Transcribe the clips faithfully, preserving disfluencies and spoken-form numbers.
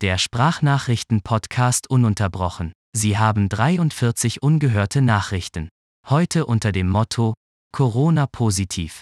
Der Sprachnachrichten-Podcast ununterbrochen. Sie haben dreiundvierzig ungehörte Nachrichten. Heute unter dem Motto: Corona positiv.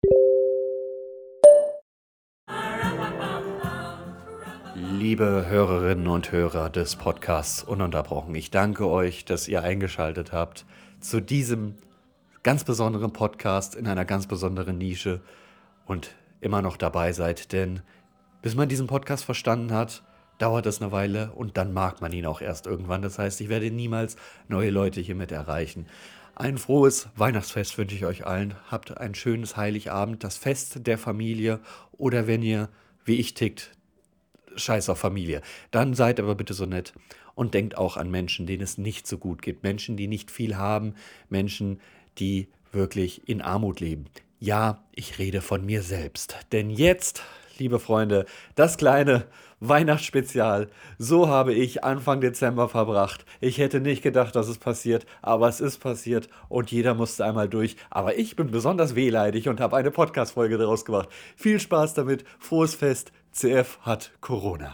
Liebe Hörerinnen und Hörer des Podcasts Ununterbrochen, ich danke euch, dass ihr eingeschaltet habt zu diesem ganz besonderen Podcast in einer ganz besonderen Nische und immer noch dabei seid, denn bis man diesen Podcast verstanden hat, dauert es eine Weile und dann mag man ihn auch erst irgendwann. Das heißt, ich werde niemals neue Leute hiermit erreichen. Ein frohes Weihnachtsfest wünsche ich euch allen. Habt ein schönes Heiligabend, das Fest der Familie, oder wenn ihr, wie ich tickt, scheiß auf Familie, dann seid aber bitte so nett und denkt auch an Menschen, denen es nicht so gut geht. Menschen, die nicht viel haben, Menschen, die wirklich in Armut leben. Ja, ich rede von mir selbst. Denn jetzt, liebe Freunde, das kleine Weihnachtsspezial. So habe ich Anfang Dezember verbracht. Ich hätte nicht gedacht, dass es passiert, aber es ist passiert und jeder musste einmal durch. Aber ich bin besonders wehleidig und habe eine Podcast-Folge daraus gemacht. Viel Spaß damit, frohes Fest, C F hat Corona.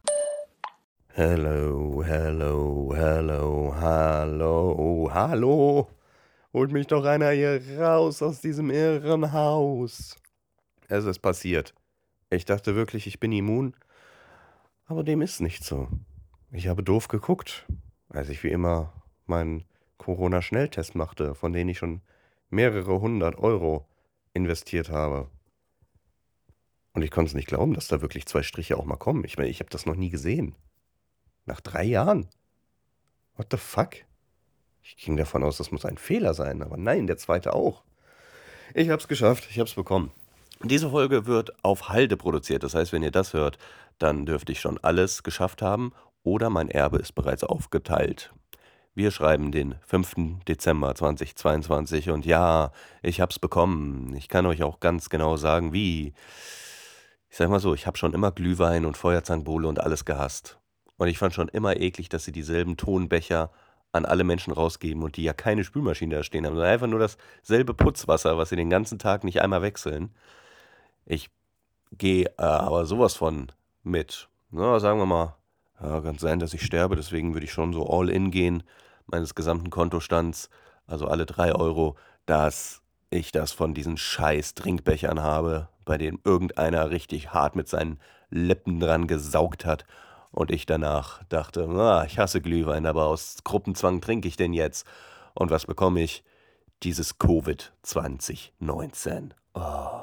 Hello, hello, hello, hallo, hallo. Holt mich doch einer hier raus aus diesem Irrenhaus. Es ist passiert. Ich dachte wirklich, ich bin immun, aber dem ist nicht so. Ich habe doof geguckt, als ich wie immer meinen Corona-Schnelltest machte, von dem ich schon mehrere hundert Euro investiert habe. Und ich konnte es nicht glauben, dass da wirklich zwei Striche auch mal kommen. Ich meine, ich habe das noch nie gesehen. Nach drei Jahren? What the fuck? Ich ging davon aus, das muss ein Fehler sein, aber nein, der zweite auch. Ich hab's geschafft, ich hab's bekommen. Diese Folge wird auf Halde produziert, das heißt, wenn ihr das hört, dann dürfte ich schon alles geschafft haben oder mein Erbe ist bereits aufgeteilt. Wir schreiben den fünften Dezember zweitausendzweiundzwanzig und ja, ich hab's bekommen. Ich kann euch auch ganz genau sagen, wie. Ich sag mal so, ich habe schon immer Glühwein und Feuerzangenbowle und alles gehasst. Und ich fand schon immer eklig, dass sie dieselben Tonbecher an alle Menschen rausgeben und die ja keine Spülmaschine da stehen haben, sondern einfach nur dasselbe Putzwasser, was sie den ganzen Tag nicht einmal wechseln. Ich gehe äh, aber sowas von mit. Na, sagen wir mal, ja, kann sein, dass ich sterbe, deswegen würde ich schon so all in gehen, meines gesamten Kontostands, also alle drei Euro, dass ich das von diesen scheiß Trinkbechern habe, bei denen irgendeiner richtig hart mit seinen Lippen dran gesaugt hat. Und ich danach dachte, ah, ich hasse Glühwein, aber aus Gruppenzwang trinke ich den jetzt. Und was bekomme ich? Dieses Covid zwanzig neunzehn. Oh.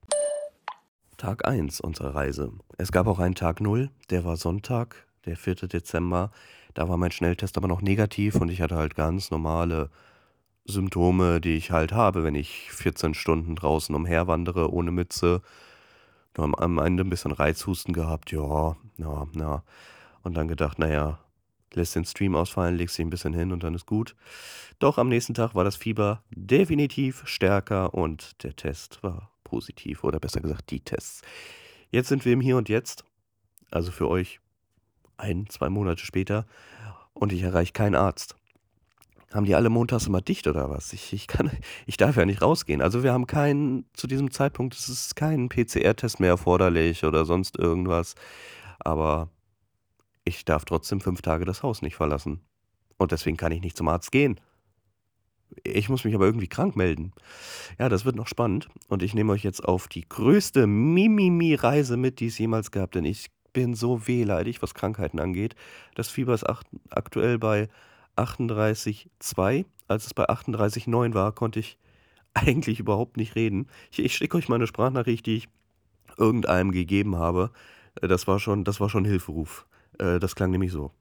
Tag eins unserer Reise. Es gab auch einen Tag null, der war Sonntag, der vierte Dezember. Da war mein Schnelltest aber noch negativ und ich hatte halt ganz normale Symptome, die ich halt habe, wenn ich vierzehn Stunden draußen umherwandere ohne Mütze. Nur am Ende ein bisschen Reizhusten gehabt, ja, na, na. Und dann gedacht, naja, lässt den Stream ausfallen, legst dich ein bisschen hin und dann ist gut. Doch am nächsten Tag war das Fieber definitiv stärker und der Test war positiv, oder besser gesagt die Tests. Jetzt sind wir im Hier und Jetzt, also für euch ein, zwei Monate später, und ich erreiche keinen Arzt. Haben die alle montags immer dicht oder was? Ich, ich, kann, ich darf ja nicht rausgehen. Also wir haben keinen, zu diesem Zeitpunkt ist es kein P C R-Test mehr erforderlich oder sonst irgendwas. Aber ich darf trotzdem fünf Tage das Haus nicht verlassen. Und deswegen kann ich nicht zum Arzt gehen. Ich muss mich aber irgendwie krank melden. Ja, das wird noch spannend. Und ich nehme euch jetzt auf die größte Mimimi-Reise mit, die es jemals gab. Denn ich bin so wehleidig, was Krankheiten angeht. Das Fieber ist acht, aktuell bei achtunddreißig Komma zwei. Als es bei achtunddreißig Komma neun war, konnte ich eigentlich überhaupt nicht reden. Ich, ich schicke euch mal eine Sprachnachricht, die ich irgendeinem gegeben habe. Das war schon, das war schon Hilferuf. Das klang nämlich so.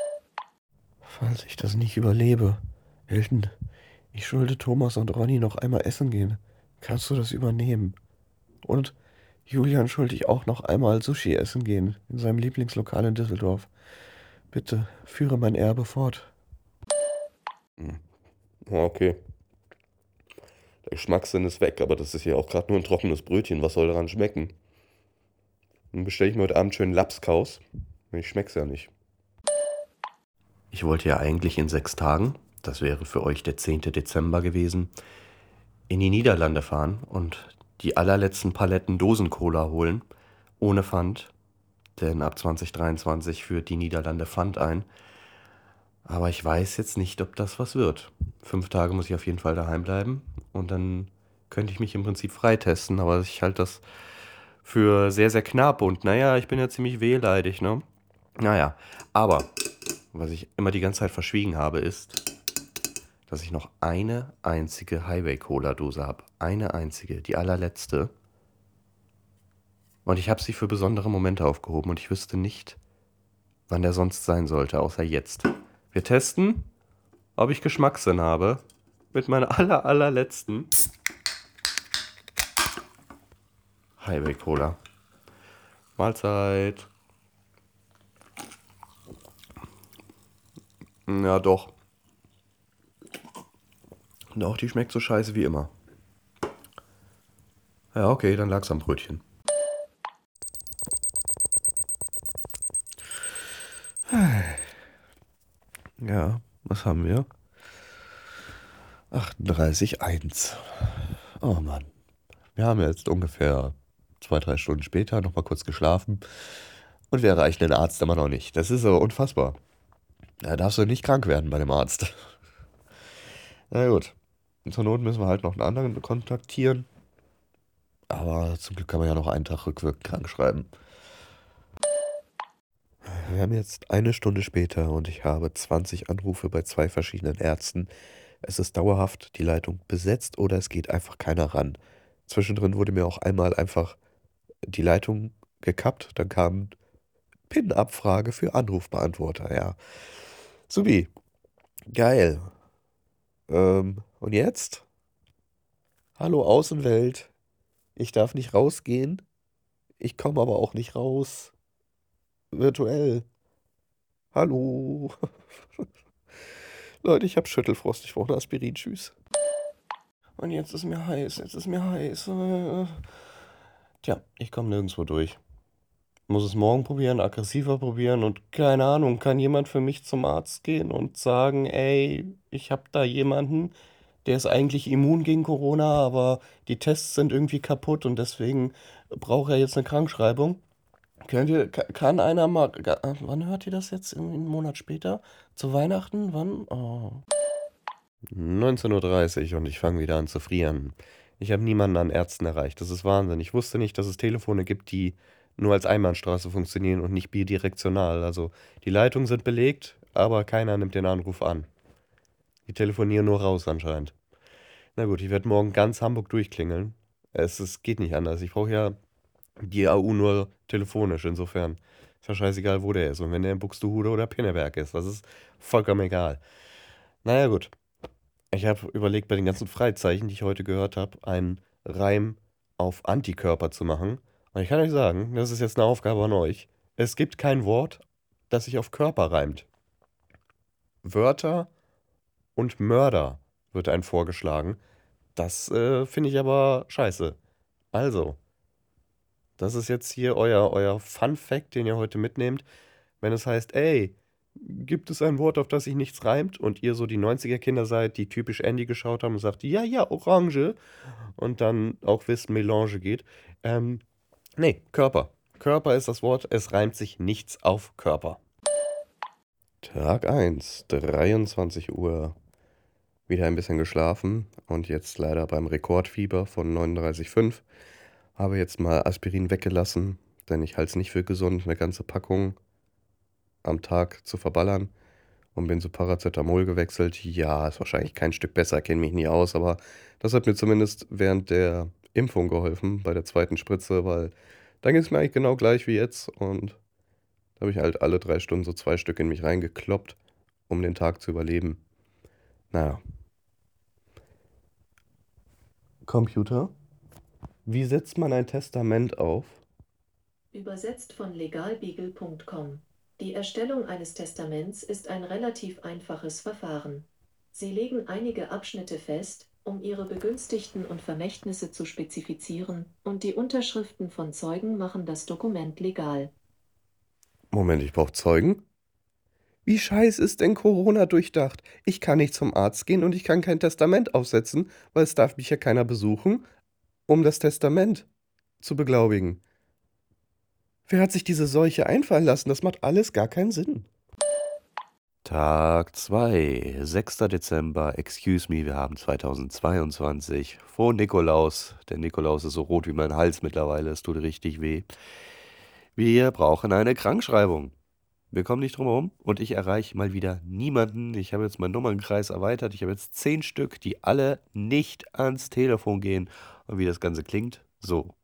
Falls ich das nicht überlebe, Hilton, ich schulde Thomas und Ronny noch einmal essen gehen. Kannst du das übernehmen? Und Julian schulde ich auch noch einmal Sushi essen gehen, in seinem Lieblingslokal in Düsseldorf. Bitte, führe mein Erbe fort. Ja, okay. Der Geschmackssinn ist weg, aber das ist ja auch gerade nur ein trockenes Brötchen. Was soll daran schmecken? Dann bestelle ich mir heute Abend schön Lapskaus. Ich schmeck's ja nicht. Ich wollte ja eigentlich in sechs Tagen, das wäre für euch der zehnte Dezember gewesen, in die Niederlande fahren und die allerletzten Paletten Dosen-Cola holen, ohne Pfand. denn ab zwanzig dreiundzwanzig führt die Niederlande Pfand ein. Aber ich weiß jetzt nicht, ob das was wird. Fünf Tage muss ich auf jeden Fall daheim bleiben und dann könnte ich mich im Prinzip freitesten, aber ich halte das für sehr, sehr knapp und naja, ich bin ja ziemlich wehleidig, ne? Naja, aber was ich immer die ganze Zeit verschwiegen habe, ist, dass ich noch eine einzige Highway-Cola-Dose habe. Eine einzige, die allerletzte. Und ich habe sie für besondere Momente aufgehoben und ich wüsste nicht, wann der sonst sein sollte, außer jetzt. Wir testen, ob ich Geschmackssinn habe mit meiner aller, allerletzten Highway-Cola. Mahlzeit. Ja, doch. Doch, die schmeckt so scheiße wie immer. Ja, okay, dann lag's am Brötchen. Ja, was haben wir? achtunddreißig Komma eins. Oh Mann. Wir haben jetzt ungefähr zwei, drei Stunden später nochmal kurz geschlafen und wir erreichen den Arzt immer noch nicht. Das ist aber unfassbar. Da darfst du nicht krank werden bei dem Arzt. Na gut. Zur Not müssen wir halt noch einen anderen kontaktieren. Aber zum Glück kann man ja noch einen Tag rückwirkend krank schreiben. Wir haben jetzt eine Stunde später und ich habe zwanzig Anrufe bei zwei verschiedenen Ärzten. Es ist dauerhaft die Leitung besetzt oder es geht einfach keiner ran. Zwischendrin wurde mir auch einmal einfach die Leitung gekappt. Dann kam PIN-Abfrage für Anrufbeantworter, ja. Subi. Geil. Ähm, und jetzt? Hallo Außenwelt. Ich darf nicht rausgehen. Ich komme aber auch nicht raus. Virtuell. Hallo. Leute, ich hab Schüttelfrost. Ich brauche eine Aspirin. Tschüss. Und jetzt ist mir heiß. Jetzt ist mir heiß. Äh. Tja, ich komme nirgendwo durch. Muss es morgen probieren, aggressiver probieren und keine Ahnung, kann jemand für mich zum Arzt gehen und sagen, ey, ich habe da jemanden, der ist eigentlich immun gegen Corona, aber die Tests sind irgendwie kaputt und deswegen braucht er jetzt eine Krankschreibung. Könnt ihr, ka- kann einer mal, ga- äh, wann hört ihr das jetzt? Irgendwie einen Monat später? Zu Weihnachten? Wann? Oh. neunzehn Uhr dreißig und ich fange wieder an zu frieren. Ich habe niemanden an Ärzten erreicht. Das ist Wahnsinn. Ich wusste nicht, dass es Telefone gibt, die nur als Einbahnstraße funktionieren und nicht bidirektional. Also die Leitungen sind belegt, aber keiner nimmt den Anruf an. Die telefonieren nur raus anscheinend. Na gut, ich werde morgen ganz Hamburg durchklingeln. Es, es geht nicht anders. Ich brauche ja die A U nur telefonisch. Insofern ist ja scheißegal, wo der ist. Und wenn der in Buxtehude oder Pinneberg ist, das ist vollkommen egal. Naja gut. Ich habe überlegt, bei den ganzen Freizeichen, die ich heute gehört habe, einen Reim auf Antikörper zu machen. Und ich kann euch sagen, das ist jetzt eine Aufgabe an euch. Es gibt kein Wort, das sich auf Körper reimt. Wörter und Mörder wird einem vorgeschlagen. Das äh, finde ich aber scheiße. Also, das ist jetzt hier euer, euer Fun Fact, den ihr heute mitnehmt. Wenn es heißt, ey, gibt es ein Wort, auf das sich nichts reimt? Und ihr so die neunziger-Kinder seid, die typisch Andy geschaut haben und sagt, ja, ja, Orange. Und dann auch wisst, Melange geht. Ähm, nee, Körper. Körper ist das Wort, es reimt sich nichts auf Körper. Tag eins, dreiundzwanzig Uhr. Wieder ein bisschen geschlafen und jetzt leider beim Rekordfieber von neununddreißig Komma fünf. Habe jetzt mal Aspirin weggelassen, denn ich halte es nicht für gesund, eine ganze Packung am Tag zu verballern und bin zu Paracetamol gewechselt. Ja, ist wahrscheinlich kein Stück besser, kenne mich nie aus, aber das hat mir zumindest während der Impfung geholfen, bei der zweiten Spritze, weil dann ging es mir eigentlich genau gleich wie jetzt und da habe ich halt alle drei Stunden so zwei Stück in mich reingekloppt, um den Tag zu überleben. Naja. Computer, wie setzt man ein Testament auf? Übersetzt von legalbeagle punkt com. Die Erstellung eines Testaments ist ein relativ einfaches Verfahren. Sie legen einige Abschnitte fest, um Ihre Begünstigten und Vermächtnisse zu spezifizieren, und die Unterschriften von Zeugen machen das Dokument legal. Moment, ich brauche Zeugen? Wie scheiß ist denn Corona durchdacht? Ich kann nicht zum Arzt gehen und ich kann kein Testament aufsetzen, weil es darf mich ja keiner besuchen, um das Testament zu beglaubigen. Wer hat sich diese Seuche einfallen lassen? Das macht alles gar keinen Sinn. Tag zwei, sechster Dezember, excuse me, wir haben zweitausendzweiundzwanzig. Frohen Nikolaus. Der Nikolaus ist so rot wie mein Hals mittlerweile, es tut richtig weh. Wir brauchen eine Krankschreibung. Wir kommen nicht drum herum und ich erreiche mal wieder niemanden. Ich habe jetzt meinen Nummernkreis erweitert. Ich habe jetzt zehn Stück, die alle nicht ans Telefon gehen. Und wie das Ganze klingt, so.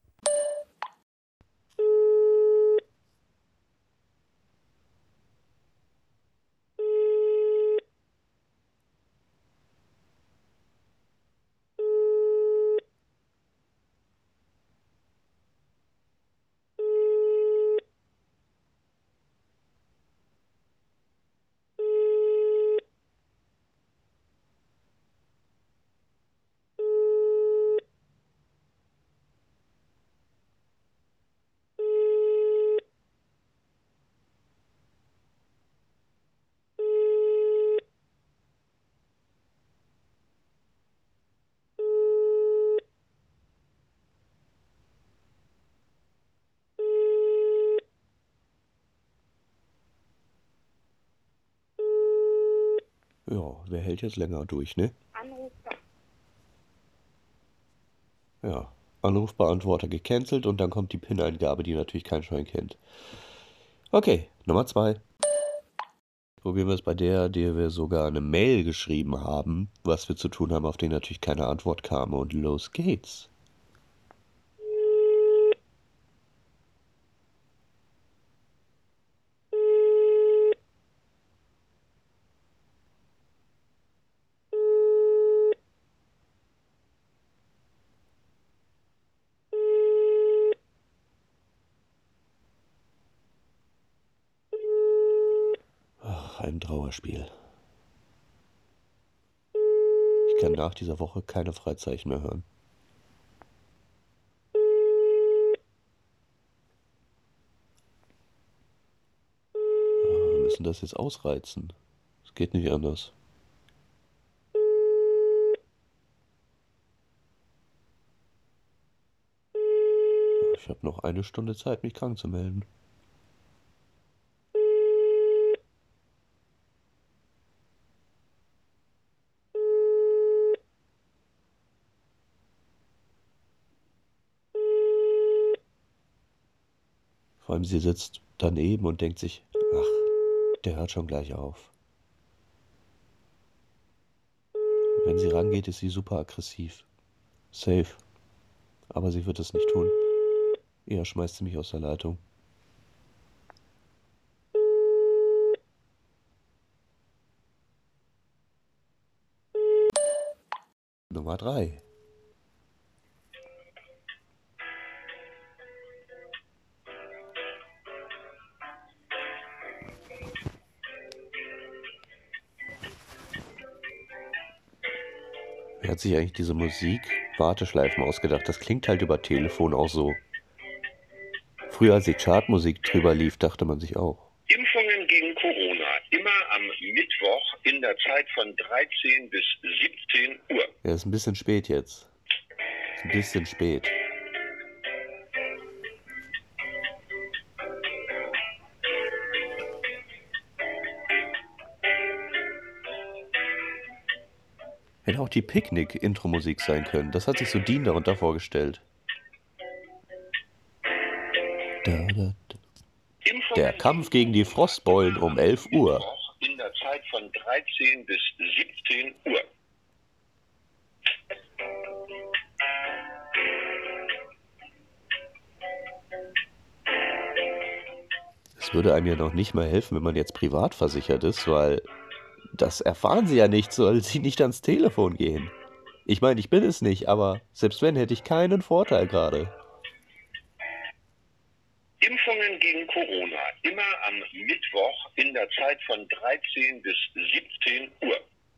Ja, wer hält jetzt länger durch, ne? Anrufer. Ja, Anrufbeantworter gecancelt und dann kommt die PIN-Eingabe, die natürlich kein Schwein kennt. Okay, Nummer zwei. Probieren wir es bei der, der wir sogar eine Mail geschrieben haben, was wir zu tun haben, auf die natürlich keine Antwort kam. Und los geht's. Ach, ein Trauerspiel. Ich kann nach dieser Woche keine Freizeichen mehr hören. Ja, wir müssen das jetzt ausreizen. Es geht nicht anders. Ich habe noch eine Stunde Zeit, mich krank zu melden. Vor allem sie sitzt daneben und denkt sich, ach, der hört schon gleich auf. Wenn sie rangeht, ist sie super aggressiv. Safe. Aber sie wird es nicht tun. Eher schmeißt sie mich aus der Leitung. Nummer drei. Wer hat sich eigentlich diese Musik Warteschleifen ausgedacht? Das klingt halt über Telefon auch so. Früher, als die Chartmusik drüber lief, dachte man sich auch. Impfungen gegen Corona. Immer am Mittwoch in der Zeit von dreizehn bis siebzehn Uhr. Ja, ist ein bisschen spät jetzt. Ist ein bisschen spät. Hätte auch die Picknick-Intro-Musik sein können. Das hat sich so Dean darunter vorgestellt. Da, da, da. Impfungen Der Kampf gegen die Frostbeulen um elf Uhr. Mittwoch in der Zeit von dreizehn bis siebzehn Uhr. Es würde einem ja noch nicht mal helfen, wenn man jetzt privat versichert ist, weil das erfahren sie ja nicht, soll sie nicht ans Telefon gehen. Ich meine, ich bin es nicht, aber selbst wenn, hätte ich keinen Vorteil gerade. Impfungen gegen Corona. Immer am Mittwoch in der Zeit von dreizehn bis siebzehn Uhr.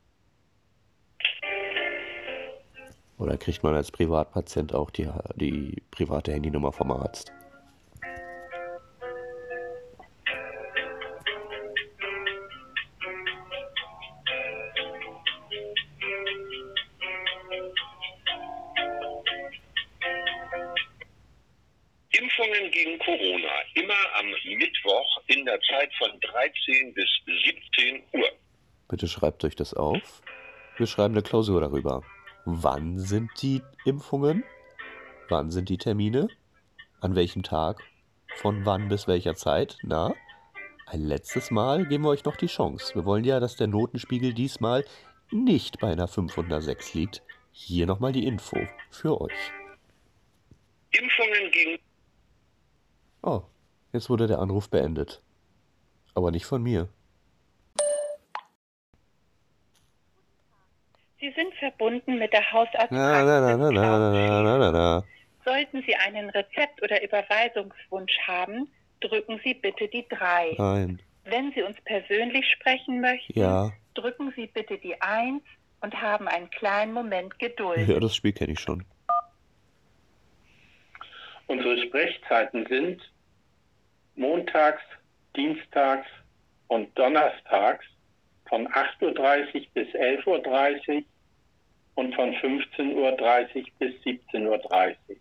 Oder kriegt man als Privatpatient auch die, die private Handynummer vom Arzt? Impfungen gegen Corona immer am Mittwoch in der Zeit von dreizehn bis siebzehn Uhr. Bitte schreibt euch das auf. Wir schreiben eine Klausur darüber. Wann sind die Impfungen? Wann sind die Termine? An welchem Tag? Von wann bis welcher Zeit? Na? Ein letztes Mal geben wir euch noch die Chance. Wir wollen ja, dass der Notenspiegel diesmal nicht bei einer fünf und einer sechs liegt. Hier nochmal die Info für euch. Impfungen gegen Oh, jetzt wurde der Anruf beendet. Aber nicht von mir. Sie sind verbunden mit der Hausarztpraxis. Na, na, na, na, na, na, na, na, na. Sollten Sie einen Rezept- oder Überweisungswunsch haben, drücken Sie bitte die drei. Nein. Wenn Sie uns persönlich sprechen möchten, Ja. drücken Sie bitte die eins und haben einen kleinen Moment Geduld. Ja, das Spiel kenne ich schon. Unsere Sprechzeiten sind montags, dienstags und donnerstags von acht Uhr dreißig bis elf Uhr dreißig und von fünfzehn Uhr dreißig bis siebzehn Uhr dreißig.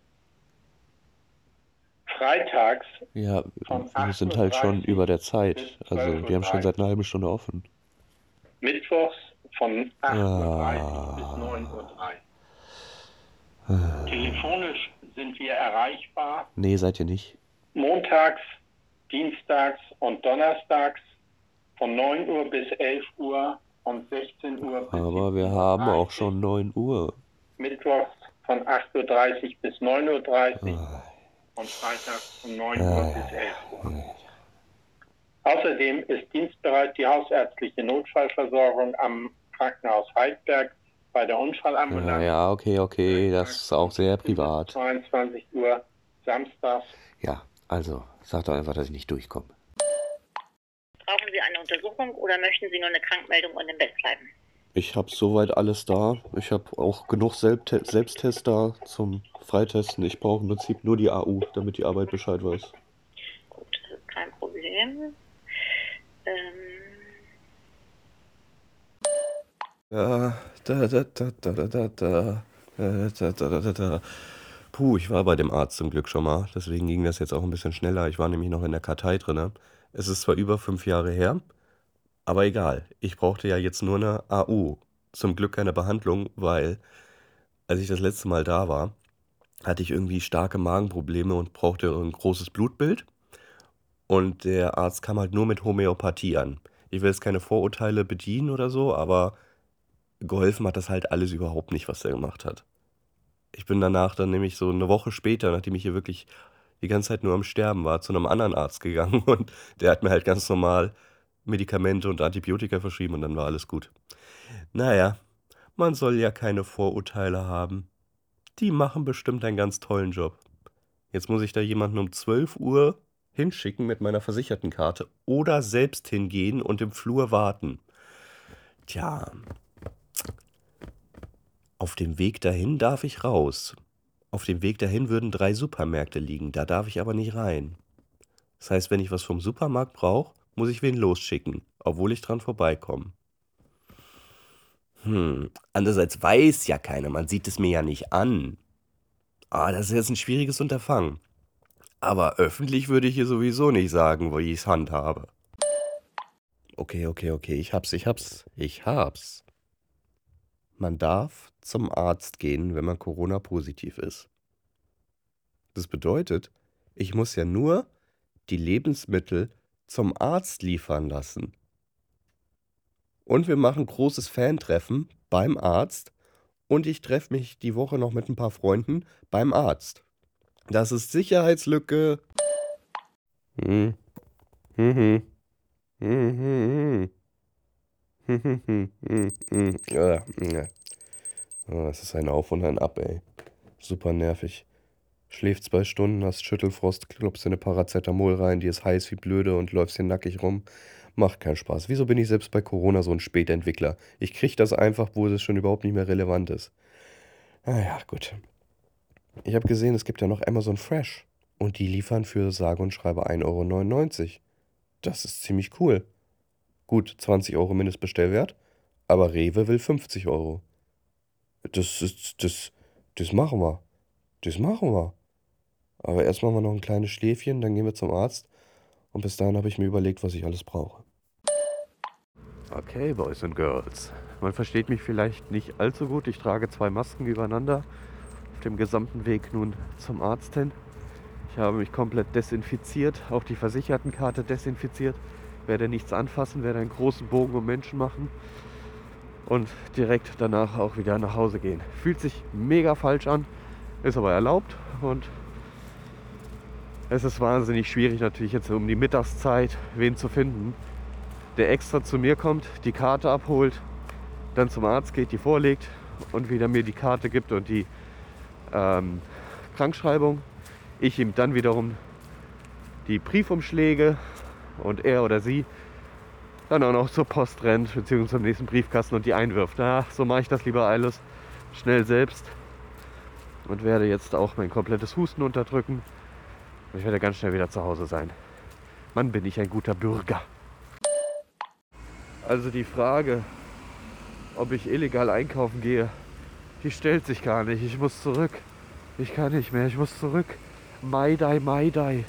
Freitags Ja, Von wir sind halt schon acht Uhr dreißig über der Zeit. bis Also, die haben schon seit zwölf Uhr dreißig. einer halben Stunde offen. Mittwochs von acht Uhr dreißig Ah. bis neun Uhr dreißig. Telefonisch sind wir erreichbar Nee, seid ihr nicht. montags, dienstags und donnerstags von neun Uhr bis elf Uhr und sechzehn Uhr bis Aber wir siebzehn Uhr haben auch dreißig. schon neun Uhr. Mittwochs von acht Uhr dreißig bis neun Uhr dreißig Ah, und freitags von neun Ah, Uhr ja, bis elf Uhr. ja. Außerdem ist dienstbereit die hausärztliche Notfallversorgung am Krankenhaus Heidberg bei der Ja, Unfallambulanz. ja, okay, okay, das ist auch sehr privat. zweiundzwanzig Uhr samstags. Ja, also, sagt doch einfach, dass ich nicht durchkomme. Brauchen Sie eine Untersuchung oder möchten Sie nur eine Krankmeldung und im Bett bleiben? Ich habe soweit alles da. Ich habe auch genug Selbte Selbsttests da zum Freitesten. Ich brauche im Prinzip nur die A U, damit die Arbeit Bescheid weiß. Gut, das ist kein Problem. Ähm, Ja, da, da, da, da, da, da, da, da, da, da, da, da. Puh, ich war bei dem Arzt zum Glück schon mal. Deswegen ging das jetzt auch ein bisschen schneller. Ich war nämlich noch in der Kartei drin. Es ist zwar über fünf Jahre her, aber egal. Ich brauchte ja jetzt nur eine A U. Zum Glück keine Behandlung, weil als ich das letzte Mal da war, hatte ich irgendwie starke Magenprobleme und brauchte ein großes Blutbild. Und der Arzt kam halt nur mit Homöopathie an. Ich will jetzt keine Vorurteile bedienen oder so, aber geholfen hat das halt alles überhaupt nicht, was er gemacht hat. Ich bin danach dann nämlich so eine Woche später, nachdem ich hier wirklich die ganze Zeit nur am Sterben war, zu einem anderen Arzt gegangen und der hat mir halt ganz normal Medikamente und Antibiotika verschrieben und dann war alles gut. Naja, man soll ja keine Vorurteile haben. Die machen bestimmt einen ganz tollen Job. Jetzt muss ich da jemanden um zwölf Uhr hinschicken mit meiner versicherten Karte oder selbst hingehen und im Flur warten. Tja, auf dem Weg dahin darf ich raus. Auf dem Weg dahin würden drei Supermärkte liegen, da darf ich aber nicht rein. Das heißt, wenn ich was vom Supermarkt brauche, muss ich wen losschicken, obwohl ich dran vorbeikomme. Hm, andererseits weiß ja keiner, man sieht es mir ja nicht an. Ah, das ist jetzt ein schwieriges Unterfangen. Aber öffentlich würde ich hier sowieso nicht sagen, wo ich es handhabe. Okay, okay, okay, ich hab's, ich hab's, ich hab's. Man darf zum Arzt gehen, wenn man Corona-positiv ist. Das bedeutet, ich muss ja nur die Lebensmittel zum Arzt liefern lassen. Und wir machen großes Fan-Treffen beim Arzt und ich treffe mich die Woche noch mit ein paar Freunden beim Arzt. Das ist Sicherheitslücke. Hm. Mhm. Mhm. Mhm. Ja, ja. Oh, das ist ein Auf und ein Ab, ey. Super nervig. Schläft zwei Stunden, hast Schüttelfrost, klopfst dir eine Paracetamol rein, die ist heiß wie blöde und läufst hier nackig rum. Macht keinen Spaß. Wieso bin ich selbst bei Corona so ein Spätentwickler? Ich krieg das einfach, wo es schon überhaupt nicht mehr relevant ist. Naja, gut. Ich habe gesehen, es gibt ja noch Amazon Fresh. Und die liefern für sage und schreibe ein Euro neunundneunzig. Das ist ziemlich cool. Gut, zwanzig Euro Mindestbestellwert, aber Rewe will fünfzig Euro. Das ist, das, das machen wir. Das machen wir. Aber erst machen wir noch ein kleines Schläfchen, dann gehen wir zum Arzt. Und bis dahin habe ich mir überlegt, was ich alles brauche. Okay, Boys and Girls. Man versteht mich vielleicht nicht allzu gut. Ich trage zwei Masken übereinander auf dem gesamten Weg nun zum Arzt hin. Ich habe mich komplett desinfiziert, auch die Versichertenkarte desinfiziert. Werde nichts anfassen, werde einen großen Bogen um Menschen machen und direkt danach auch wieder nach Hause gehen. Fühlt sich mega falsch an, ist aber erlaubt und es ist wahnsinnig schwierig natürlich jetzt um die Mittagszeit wen zu finden, der extra zu mir kommt, die Karte abholt, dann zum Arzt geht, die vorlegt und wieder mir die Karte gibt und die ähm, Krankschreibung. Ich ihm dann wiederum die Briefumschläge und er oder sie dann auch noch zur Post rennt, beziehungsweise zum nächsten Briefkasten und die einwirft. Ach, so mache ich das lieber alles schnell selbst und werde jetzt auch mein komplettes Husten unterdrücken. Und ich werde ganz schnell wieder zu Hause sein. Mann, bin ich ein guter Bürger. Also die Frage, ob ich illegal einkaufen gehe, die stellt sich gar nicht. Ich muss zurück. Ich kann nicht mehr, ich muss zurück. Maidai, Maidai.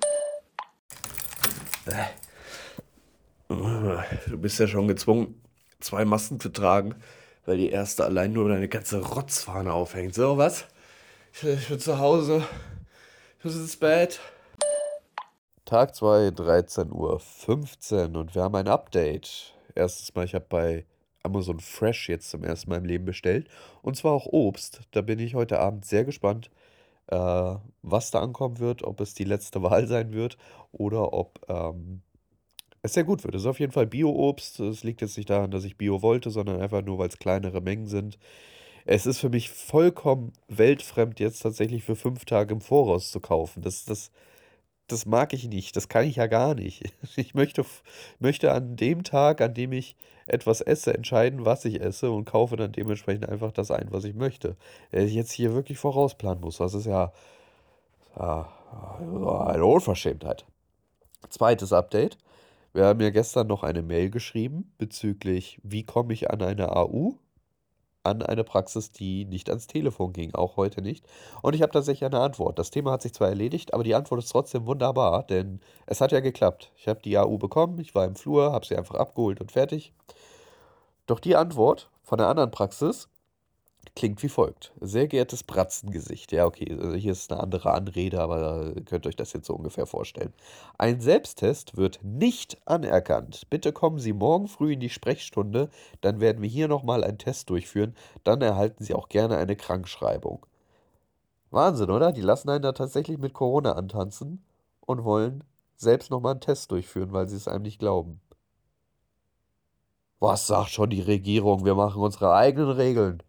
Du bist ja schon gezwungen, zwei Masken zu tragen, weil die erste allein nur deine ganze Rotzfahne aufhängt. So, was? Ich, ich bin zu Hause. Ich muss ins Bett. Tag zwei, dreizehn Uhr fünfzehn und wir haben ein Update. Erstens mal, ich habe bei Amazon Fresh jetzt zum ersten Mal im Leben bestellt. Und zwar auch Obst. Da bin ich heute Abend sehr gespannt, äh, was da ankommen wird, ob es die letzte Wahl sein wird oder ob ähm, es sehr gut wird. Es ist auf jeden Fall Bio-Obst. Es liegt jetzt nicht daran, dass ich Bio wollte, sondern einfach nur, weil es kleinere Mengen sind. Es ist für mich vollkommen weltfremd, jetzt tatsächlich für fünf Tage im Voraus zu kaufen. Das, das, das mag ich nicht. Das kann ich ja gar nicht. Ich möchte, f- möchte an dem Tag, an dem ich etwas esse, entscheiden, was ich esse und kaufe dann dementsprechend einfach das ein, was ich möchte. Wenn ich jetzt hier wirklich vorausplanen muss, das ist ja, ja eine Unverschämtheit. Zweites Update. Wir haben ja gestern noch eine Mail geschrieben bezüglich, wie komme ich an eine A U, an eine Praxis, die nicht ans Telefon ging, auch heute nicht. Und ich habe tatsächlich eine Antwort. Das Thema hat sich zwar erledigt, aber die Antwort ist trotzdem wunderbar, denn es hat ja geklappt. Ich habe die A U bekommen, ich war im Flur, habe sie einfach abgeholt und fertig. Doch die Antwort von der anderen Praxis klingt wie folgt. Sehr geehrtes Bratzengesicht. Ja, okay, also hier ist eine andere Anrede, aber ihr könnt euch das jetzt so ungefähr vorstellen. Ein Selbsttest wird nicht anerkannt. Bitte kommen Sie morgen früh in die Sprechstunde, dann werden wir hier nochmal einen Test durchführen. Dann erhalten Sie auch gerne eine Krankschreibung. Wahnsinn, oder? Die lassen einen da tatsächlich mit Corona antanzen und wollen selbst nochmal einen Test durchführen, weil sie es einem nicht glauben. Was sagt schon die Regierung? Wir machen unsere eigenen Regeln.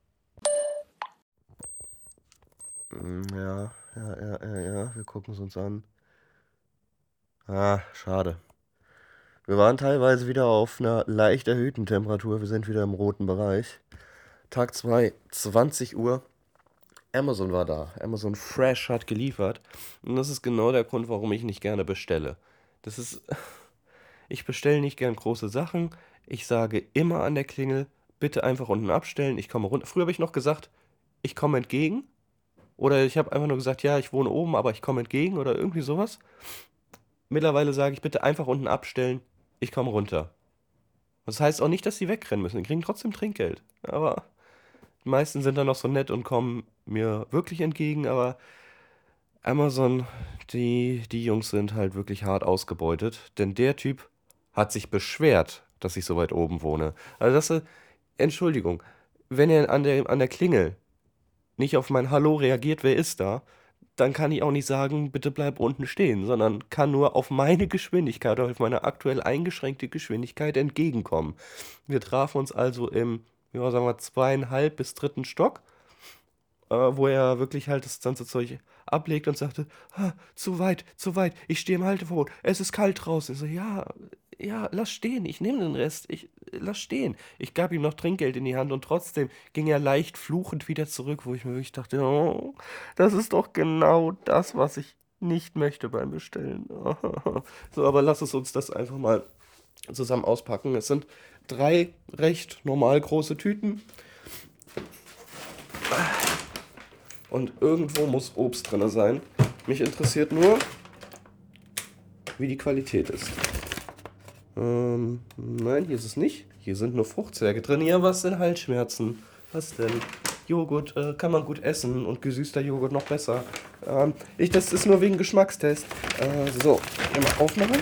Mm, Ja, ja, ja, ja, ja, wir gucken es uns an. Ah, schade. Wir waren teilweise wieder auf einer leicht erhöhten Temperatur. Wir sind wieder im roten Bereich. Tag zwei, zwanzig Uhr. Amazon war da. Amazon Fresh hat geliefert. Und das ist genau der Grund, warum ich nicht gerne bestelle. Das ist, ich bestelle nicht gern große Sachen. Ich sage immer an der Klingel, bitte einfach unten abstellen. Ich komme runter. Früher habe ich noch gesagt, ich komme entgegen. Oder ich habe einfach nur gesagt, ja, ich wohne oben, aber ich komme entgegen oder irgendwie sowas. Mittlerweile sage ich, bitte einfach unten abstellen, ich komme runter. Das heißt auch nicht, dass sie wegrennen müssen. Die kriegen trotzdem Trinkgeld. Aber die meisten sind dann noch so nett und kommen mir wirklich entgegen. Aber Amazon, die, die Jungs sind halt wirklich hart ausgebeutet. Denn der Typ hat sich beschwert, dass ich so weit oben wohne. Also das ist, Entschuldigung, wenn er an der, an der Klingel nicht auf mein Hallo reagiert, wer ist da, dann kann ich auch nicht sagen, bitte bleib unten stehen, sondern kann nur auf meine Geschwindigkeit, auf meine aktuell eingeschränkte Geschwindigkeit entgegenkommen. Wir trafen uns also im, ja, sagen wir, zweieinhalb bis dritten Stock, äh, wo er wirklich halt das ganze Zeug ablegt und sagte, ah, zu weit, zu weit, ich stehe im Halteverbot, es ist kalt draußen. Ich so, ja, ja, lass stehen, ich nehme den Rest, ich lass stehen. Ich gab ihm noch Trinkgeld in die Hand und trotzdem ging er leicht fluchend wieder zurück, wo ich mir wirklich dachte, oh, das ist doch genau das, was ich nicht möchte beim Bestellen. So, aber lass es uns das einfach mal zusammen auspacken. Es sind drei recht normal große Tüten. Und irgendwo muss Obst drin sein. Mich interessiert nur, wie die Qualität ist. Ähm, nein, hier ist es nicht. Hier sind nur Fruchtzwerge drin. Ja, was denn Halsschmerzen? Was denn? Joghurt äh, kann man gut essen und gesüßter Joghurt noch besser. Ähm, ich, das ist nur wegen Geschmackstest. Äh, so, einmal aufmachen.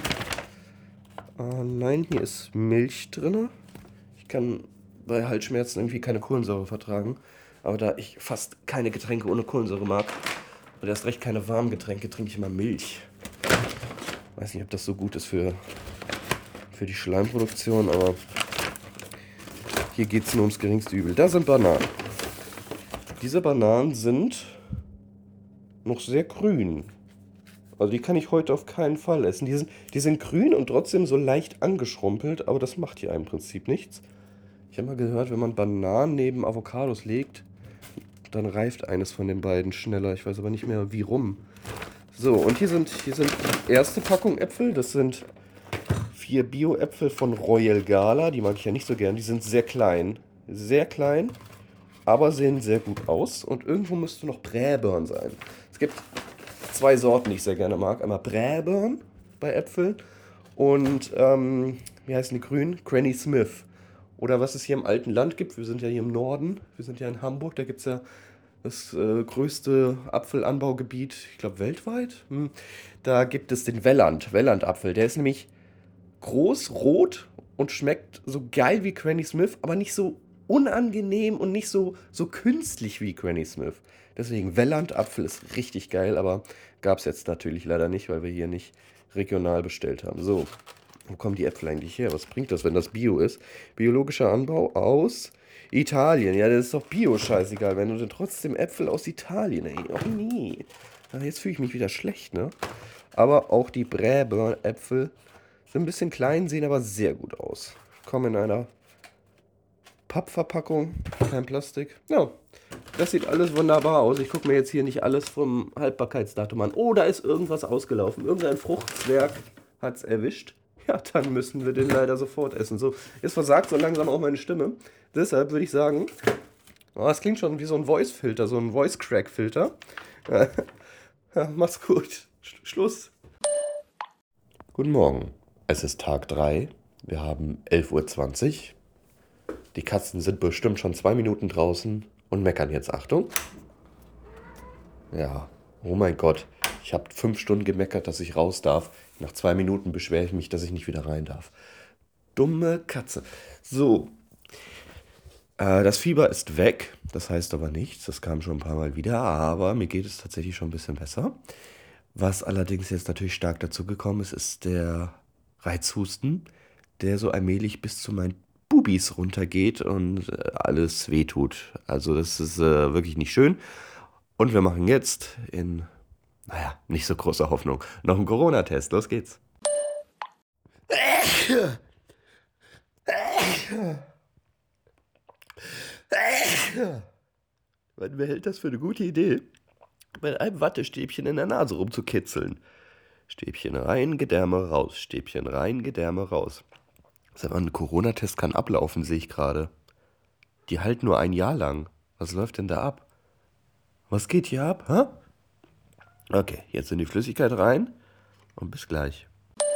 Äh, nein, hier ist Milch drin. Ich kann bei Halsschmerzen irgendwie keine Kohlensäure vertragen. Aber da ich fast keine Getränke ohne Kohlensäure mag, und erst recht keine warmen Getränke, trinke ich immer Milch. Weiß nicht, ob das so gut ist für, für die Schleimproduktion, aber hier geht es nur ums geringste Übel. Da sind Bananen. Diese Bananen sind noch sehr grün. Also die kann ich heute auf keinen Fall essen. Die sind, die sind grün und trotzdem so leicht angeschrumpelt, aber das macht hier im Prinzip nichts. Ich habe mal gehört, wenn man Bananen neben Avocados legt, dann reift eines von den beiden schneller. Ich weiß aber nicht mehr, wie rum. So, und hier sind, hier sind die erste Packung Äpfel. Das sind vier Bio-Äpfel von Royal Gala. Die mag ich ja nicht so gern. Die sind sehr klein. Sehr klein, aber sehen sehr gut aus. Und irgendwo müsste noch Braeburn sein. Es gibt zwei Sorten, die ich sehr gerne mag. Einmal Braeburn bei Äpfeln und, ähm, wie heißen die grünen? Granny Smith. Oder was es hier im alten Land gibt. Wir sind ja hier im Norden. Wir sind ja in Hamburg. Da gibt es ja das äh, größte Apfelanbaugebiet, ich glaube weltweit. Hm. Da gibt es den Welland, Welland-Apfel. Der ist nämlich groß, rot und schmeckt so geil wie Granny Smith, aber nicht so unangenehm und nicht so, so künstlich wie Granny Smith. Deswegen Welland-Apfel ist richtig geil, aber gab es jetzt natürlich leider nicht, weil wir hier nicht regional bestellt haben. So, wo kommen die Äpfel eigentlich her? Was bringt das, wenn das Bio ist? Biologischer Anbau aus Italien. Ja, das ist doch Bio, scheißegal. Wenn du denn trotzdem Äpfel aus Italien, ey. Oh nee. Ja, jetzt fühle ich mich wieder schlecht, ne? Aber auch die Braeburn-Äpfel sind ein bisschen klein, sehen aber sehr gut aus. Kommen in einer Pappverpackung, kein Plastik. Ja, das sieht alles wunderbar aus. Ich gucke mir jetzt hier nicht alles vom Haltbarkeitsdatum an. Oh, da ist irgendwas ausgelaufen. Irgendein Fruchtzwerg hat es erwischt. Ja, dann müssen wir den leider sofort essen. So, jetzt versagt so langsam auch meine Stimme. Deshalb würde ich sagen, oh, das klingt schon wie so ein Voice-Filter, so ein Voice-Crack-Filter. Ja, mach's gut. Sch- Schluss. Guten Morgen. Es ist Tag drei. Wir haben elf Uhr zwanzig. Die Katzen sind bestimmt schon zwei Minuten draußen und meckern jetzt. Achtung. Ja, oh mein Gott. Ich habe fünf Stunden gemeckert, dass ich raus darf. Nach zwei Minuten beschwere ich mich, dass ich nicht wieder rein darf. Dumme Katze. So. Äh, das Fieber ist weg. Das heißt aber nichts. Das kam schon ein paar Mal wieder. Aber mir geht es tatsächlich schon ein bisschen besser. Was allerdings jetzt natürlich stark dazu gekommen ist, ist der Reizhusten, der so allmählich bis zu meinen Bubis runtergeht und äh, alles wehtut. Also das ist äh, wirklich nicht schön. Und wir machen jetzt in, naja, nicht so großer Hoffnung, noch einen Corona-Test. Los geht's. Wer hält das für eine gute Idee, mit einem Wattestäbchen in der Nase rumzukitzeln? Stäbchen rein, Gedärme raus. Stäbchen rein, Gedärme raus. Sag mal, ein Corona-Test kann ablaufen, sehe ich gerade. Die halten nur ein Jahr lang. Was läuft denn da ab? Was geht hier ab, hä? Okay, jetzt in die Flüssigkeit rein und bis gleich.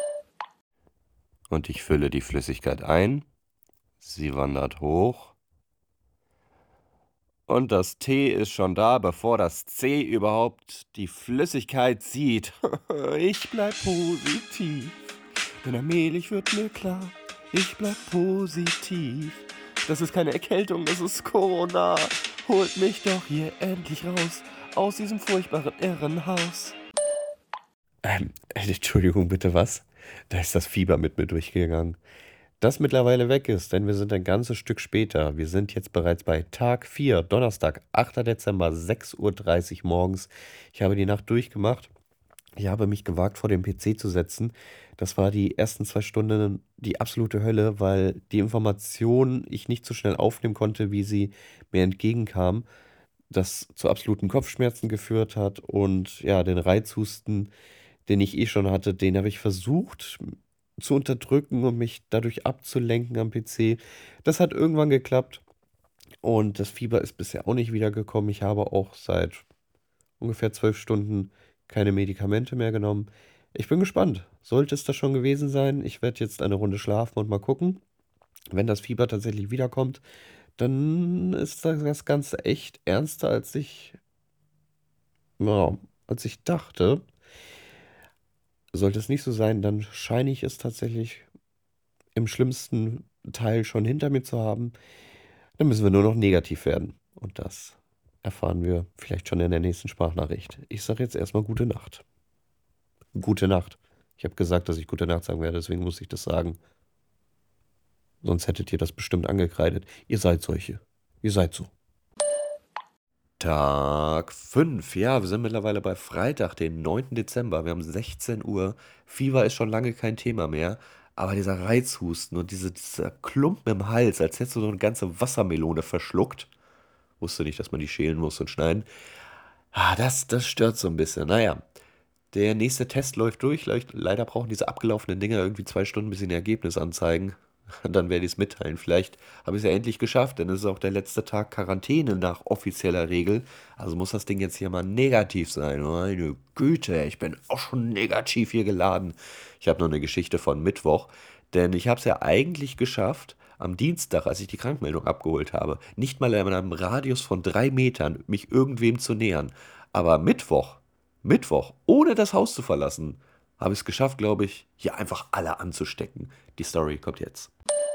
Und ich fülle die Flüssigkeit ein. Sie wandert hoch. Und das T ist schon da, bevor das C überhaupt die Flüssigkeit sieht. Ich bleib positiv, denn allmählich wird mir klar, ich bleib positiv. Das ist keine Erkältung, das ist Corona. Holt mich doch hier endlich raus, aus diesem furchtbaren Irrenhaus. Ähm, Entschuldigung, bitte was? Da ist das Fieber mit mir durchgegangen. Das mittlerweile weg ist, denn wir sind ein ganzes Stück später. Wir sind jetzt bereits bei Tag vier, Donnerstag, achter Dezember, sechs Uhr dreißig morgens. Ich habe die Nacht durchgemacht. Ich habe mich gewagt, vor den P C zu setzen. Das war die ersten zwei Stunden die absolute Hölle, weil die Information ich nicht so schnell aufnehmen konnte, wie sie mir entgegenkam. Das zu absoluten Kopfschmerzen geführt hat und ja, den Reizhusten, den ich eh schon hatte, den habe ich versucht zu unterdrücken und mich dadurch abzulenken am P C. Das hat irgendwann geklappt und das Fieber ist bisher auch nicht wiedergekommen. Ich habe auch seit ungefähr zwölf Stunden keine Medikamente mehr genommen. Ich bin gespannt. Sollte es das schon gewesen sein? Ich werde jetzt eine Runde schlafen und mal gucken. Wenn das Fieber tatsächlich wiederkommt, dann ist das das Ganze echt ernster, als ich, ja, als ich dachte. Sollte es nicht so sein, dann scheine ich es tatsächlich im schlimmsten Teil schon hinter mir zu haben. Dann müssen wir nur noch negativ werden. Und das erfahren wir vielleicht schon in der nächsten Sprachnachricht. Ich sage jetzt erstmal gute Nacht. Gute Nacht. Ich habe gesagt, dass ich gute Nacht sagen werde, deswegen muss ich das sagen. Sonst hättet ihr das bestimmt angekreidet. Ihr seid solche. Ihr seid so. Tag fünf. Ja, wir sind mittlerweile bei Freitag, den neunten Dezember. Wir haben sechzehn Uhr. Fieber ist schon lange kein Thema mehr. Aber dieser Reizhusten und diese, dieser Klumpen im Hals, als hättest du so eine ganze Wassermelone verschluckt. Wusste nicht, dass man die schälen muss und schneiden. Ah, das, das stört so ein bisschen. Naja, der nächste Test läuft durch. Leider brauchen diese abgelaufenen Dinger irgendwie zwei Stunden, bis sie ein Ergebnis anzeigen. Dann werde ich es mitteilen. Vielleicht habe ich es ja endlich geschafft, denn es ist auch der letzte Tag Quarantäne nach offizieller Regel. Also muss das Ding jetzt hier mal negativ sein. Meine Güte, ich bin auch schon negativ hier geladen. Ich habe noch eine Geschichte von Mittwoch, denn ich habe es ja eigentlich geschafft, am Dienstag, als ich die Krankmeldung abgeholt habe, nicht mal in einem Radius von drei Metern mich irgendwem zu nähern. Aber Mittwoch, Mittwoch, ohne das Haus zu verlassen, habe ich es geschafft, glaube ich, hier einfach alle anzustecken. Die Story kommt jetzt.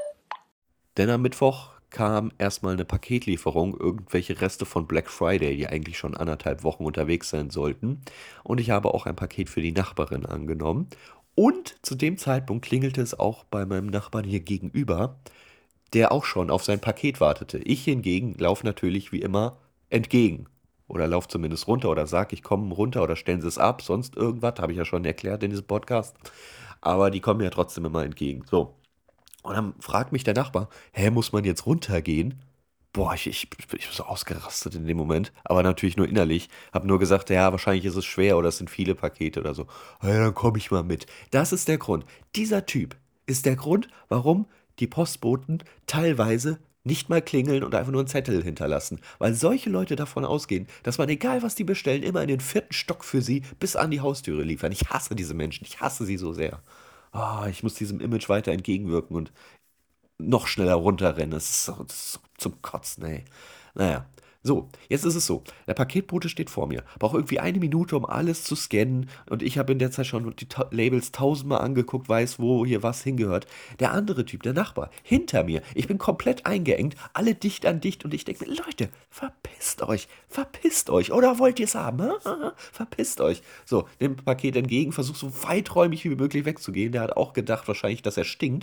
Denn am Mittwoch kam erstmal eine Paketlieferung, irgendwelche Reste von Black Friday, die eigentlich schon anderthalb Wochen unterwegs sein sollten. Und ich habe auch ein Paket für die Nachbarin angenommen. Und zu dem Zeitpunkt klingelte es auch bei meinem Nachbarn hier gegenüber, der auch schon auf sein Paket wartete. Ich hingegen laufe natürlich wie immer entgegen. Oder laufe zumindest runter oder sage, ich komme runter oder stellen Sie es ab, sonst irgendwas, habe ich ja schon erklärt in diesem Podcast. Aber die kommen mir ja trotzdem immer entgegen. So. Und dann fragt mich der Nachbar, hä, muss man jetzt runtergehen? Boah, ich, ich, ich bin so ausgerastet in dem Moment. Aber natürlich nur innerlich. Hab nur gesagt, ja, wahrscheinlich ist es schwer oder es sind viele Pakete oder so. Ja, dann komme ich mal mit. Das ist der Grund. Dieser Typ ist der Grund, warum die Postboten teilweise nicht mal klingeln und einfach nur einen Zettel hinterlassen. Weil solche Leute davon ausgehen, dass man, egal was die bestellen, immer in den vierten Stock für sie bis an die Haustüre liefern. Ich hasse diese Menschen. Ich hasse sie so sehr. Ah, ich muss diesem Image weiter entgegenwirken und noch schneller runterrennen. Das ist so, das ist so zum Kotzen, ey. Naja. So, jetzt ist es so. Der Paketbote steht vor mir. Braucht irgendwie eine Minute, um alles zu scannen. Und ich habe in der Zeit schon die Ta- Labels tausendmal angeguckt, weiß, wo hier was hingehört. Der andere Typ, der Nachbar, hinter mir. Ich bin komplett eingeengt, alle dicht an dicht. Und ich denke mir, Leute, verpisst euch, verpisst euch. Oder wollt ihr es haben? Ha? Verpisst euch. So, dem Paket entgegen, versucht so weiträumig wie möglich wegzugehen. Der hat auch gedacht wahrscheinlich, dass er stinkt.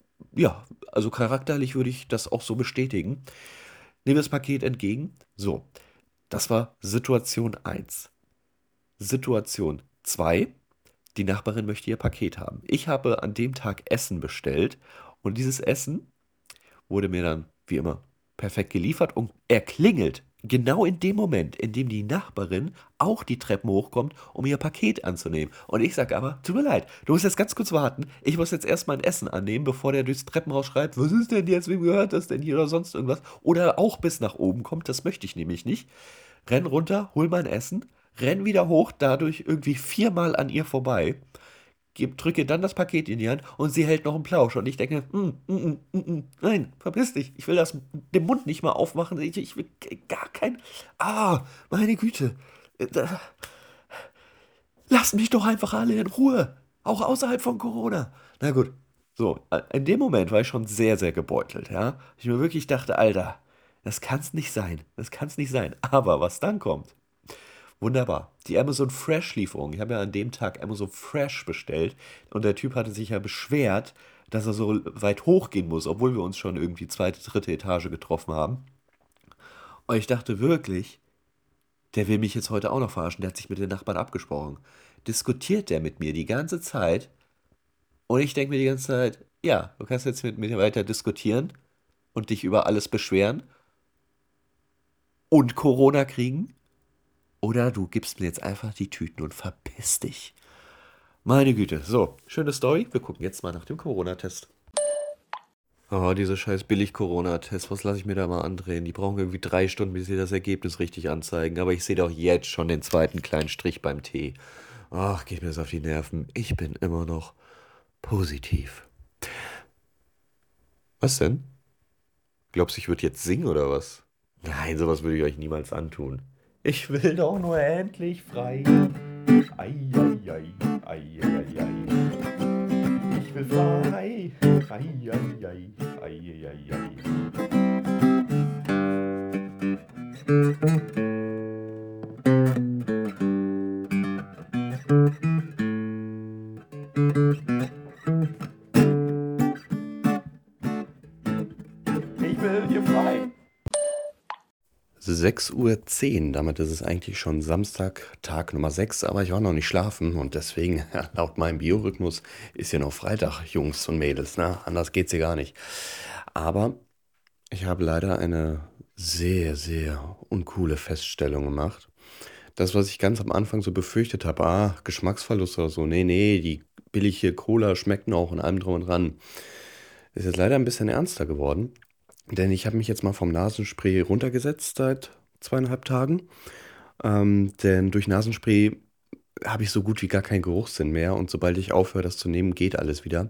Ja, also charakterlich würde ich das auch so bestätigen. Nehme das Paket entgegen. So, das war Situation eins. Situation zwei. Die Nachbarin möchte ihr Paket haben. Ich habe an dem Tag Essen bestellt und dieses Essen wurde mir dann, wie immer, perfekt geliefert und er klingelt genau in dem Moment, in dem die Nachbarin auch die Treppen hochkommt, um ihr Paket anzunehmen. Und ich sage aber, tut mir leid, du musst jetzt ganz kurz warten. Ich muss jetzt erst mein Essen annehmen, bevor der durchs Treppenhaus schreit, was ist denn jetzt, wem gehört das denn hier oder sonst irgendwas? Oder auch bis nach oben kommt, das möchte ich nämlich nicht. Renn runter, hol mein Essen, renn wieder hoch, dadurch irgendwie viermal an ihr vorbei. Geb, drücke dann das Paket in die Hand und sie hält noch einen Plausch. Und ich denke, mm, mm, mm, mm, mm, nein, verpiss dich. Ich will das, den Mund nicht mal aufmachen. Ich, ich will gar kein... Ah, meine Güte. Da, lasst mich doch einfach alle in Ruhe. Auch außerhalb von Corona. Na gut. So, in dem Moment war ich schon sehr, sehr gebeutelt. Ja? Ich mir wirklich dachte, Alter, das kann's nicht sein. Das kann's nicht sein. Aber was dann kommt... Wunderbar. Die Amazon Fresh-Lieferung. Ich habe ja an dem Tag Amazon Fresh bestellt und der Typ hatte sich ja beschwert, dass er so weit hochgehen muss, obwohl wir uns schon irgendwie zweite, dritte Etage getroffen haben. Und ich dachte wirklich, der will mich jetzt heute auch noch verarschen. Der hat sich mit den Nachbarn abgesprochen. Diskutiert der mit mir die ganze Zeit und ich denke mir die ganze Zeit, ja, du kannst jetzt mit mir weiter diskutieren und dich über alles beschweren und Corona kriegen. Oder du gibst mir jetzt einfach die Tüten und verpiss dich. Meine Güte. So, schöne Story. Wir gucken jetzt mal nach dem Corona-Test. Oh, diese scheiß Billig-Corona-Tests, was lasse ich mir da mal andrehen? Die brauchen irgendwie drei Stunden, bis sie das Ergebnis richtig anzeigen. Aber ich sehe doch jetzt schon den zweiten kleinen Strich beim T. Ach, geht mir das auf die Nerven. Ich bin immer noch positiv. Was denn? Glaubst du, ich würde jetzt singen oder was? Nein, sowas würde ich euch niemals antun. Ich will doch nur endlich frei. Ei, ei, ei, ei, ei, ei. Ich will frei. Ei, ei, ei, ei, ei, ei. Ich will hier frei. sechs Uhr zehn, damit ist es eigentlich schon Samstag, Tag Nummer sechs, aber ich war noch nicht schlafen und deswegen, ja, laut meinem Biorhythmus, ist hier noch Freitag, Jungs und Mädels, ne? Anders geht's hier gar nicht. Aber ich habe leider eine sehr, sehr uncoole Feststellung gemacht. Das, was ich ganz am Anfang so befürchtet habe, ah, Geschmacksverlust oder so, nee, nee, die billige Cola schmeckt noch und allem drum und dran, ist jetzt leider ein bisschen ernster geworden. Denn ich habe mich jetzt mal vom Nasenspray runtergesetzt seit zweieinhalb Tagen. Ähm, denn durch Nasenspray habe ich so gut wie gar keinen Geruchssinn mehr. Und sobald ich aufhöre, das zu nehmen, geht alles wieder.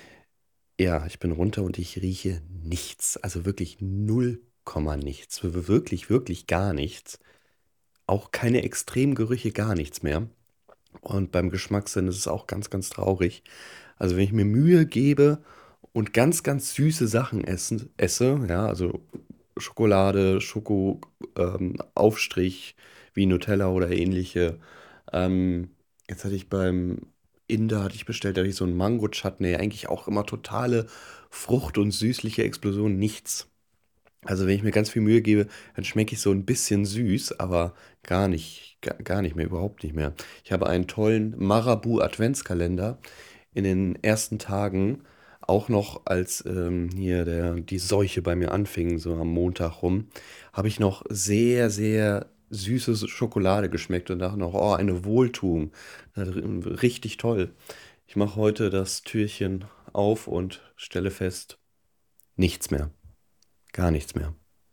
Ja, ich bin runter und ich rieche nichts. Also wirklich null Komma nichts. Wir- Wirklich, wirklich gar nichts. Auch keine Extremgerüche, gar nichts mehr. Und beim Geschmackssinn ist es auch ganz, ganz traurig. Also wenn ich mir Mühe gebe und ganz, ganz süße Sachen essen, esse, ja, also Schokolade, Schoko, ähm, Aufstrich wie Nutella oder ähnliche. Ähm, jetzt hatte ich beim Inder, hatte ich bestellt, da hatte ich so einen Mango-Chutney, eigentlich auch immer totale Frucht- und süßliche Explosion, nichts. Also wenn ich mir ganz viel Mühe gebe, dann schmecke ich so ein bisschen süß, aber gar nicht, gar, gar nicht mehr, überhaupt nicht mehr. Ich habe einen tollen Marabu-Adventskalender in den ersten Tagen, auch noch als ähm, hier der, die Seuche bei mir anfing, so am Montag rum, habe ich noch sehr, sehr süße Schokolade geschmeckt und dachte noch, oh, eine Wohltuung. Äh, Richtig toll. Ich mache heute das Türchen auf und stelle fest, nichts mehr. Gar nichts mehr.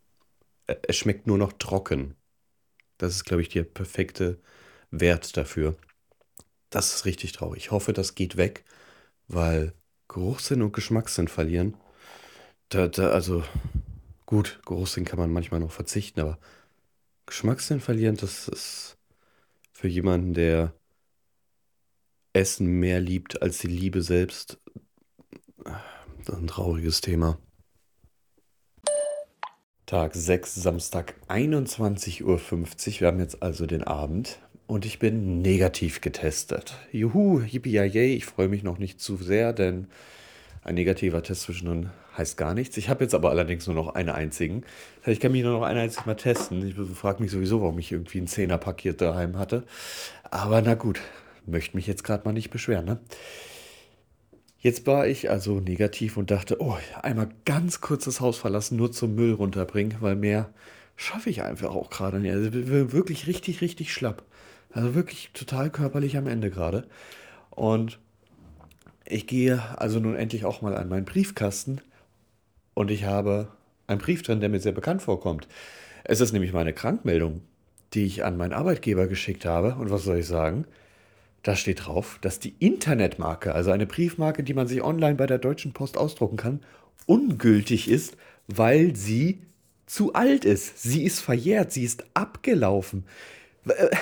Ä- Es schmeckt nur noch trocken. Das ist, glaube ich, der perfekte Wert dafür. Das ist richtig traurig. Ich hoffe, das geht weg, weil Geruchssinn und Geschmackssinn verlieren. Da, da, also gut, Geruchssinn kann man manchmal noch verzichten, aber Geschmackssinn verlieren, das ist für jemanden, der Essen mehr liebt als die Liebe selbst, ein trauriges Thema. Tag sechs, Samstag, einundzwanzig Uhr fünfzig. Wir haben jetzt also den Abend und ich bin negativ getestet. Juhu, yippie ich freue mich noch nicht zu sehr, denn ein negativer Test zwischendrin heißt gar nichts. Ich habe jetzt aber allerdings nur noch einen einzigen. Das heißt, ich kann mich nur noch ein einziges Mal testen. Ich frage mich sowieso, warum ich irgendwie ein Zehner-Paket daheim hatte. Aber na gut, möchte mich jetzt gerade mal nicht beschweren, ne? Jetzt war ich also negativ und dachte, oh, einmal ganz kurz das Haus verlassen, nur zum Müll runterbringen, weil mehr schaffe ich einfach auch gerade nicht. Also wir- wir wirklich richtig, richtig schlapp. Also wirklich total körperlich am Ende gerade. Und ich gehe also nun endlich auch mal an meinen Briefkasten und ich habe einen Brief drin, der mir sehr bekannt vorkommt. Es ist nämlich meine Krankmeldung, die ich an meinen Arbeitgeber geschickt habe. Und was soll ich sagen? Da steht drauf, dass die Internetmarke, also eine Briefmarke, die man sich online bei der Deutschen Post ausdrucken kann, ungültig ist, weil sie zu alt ist. Sie ist verjährt, sie ist abgelaufen. W- äh,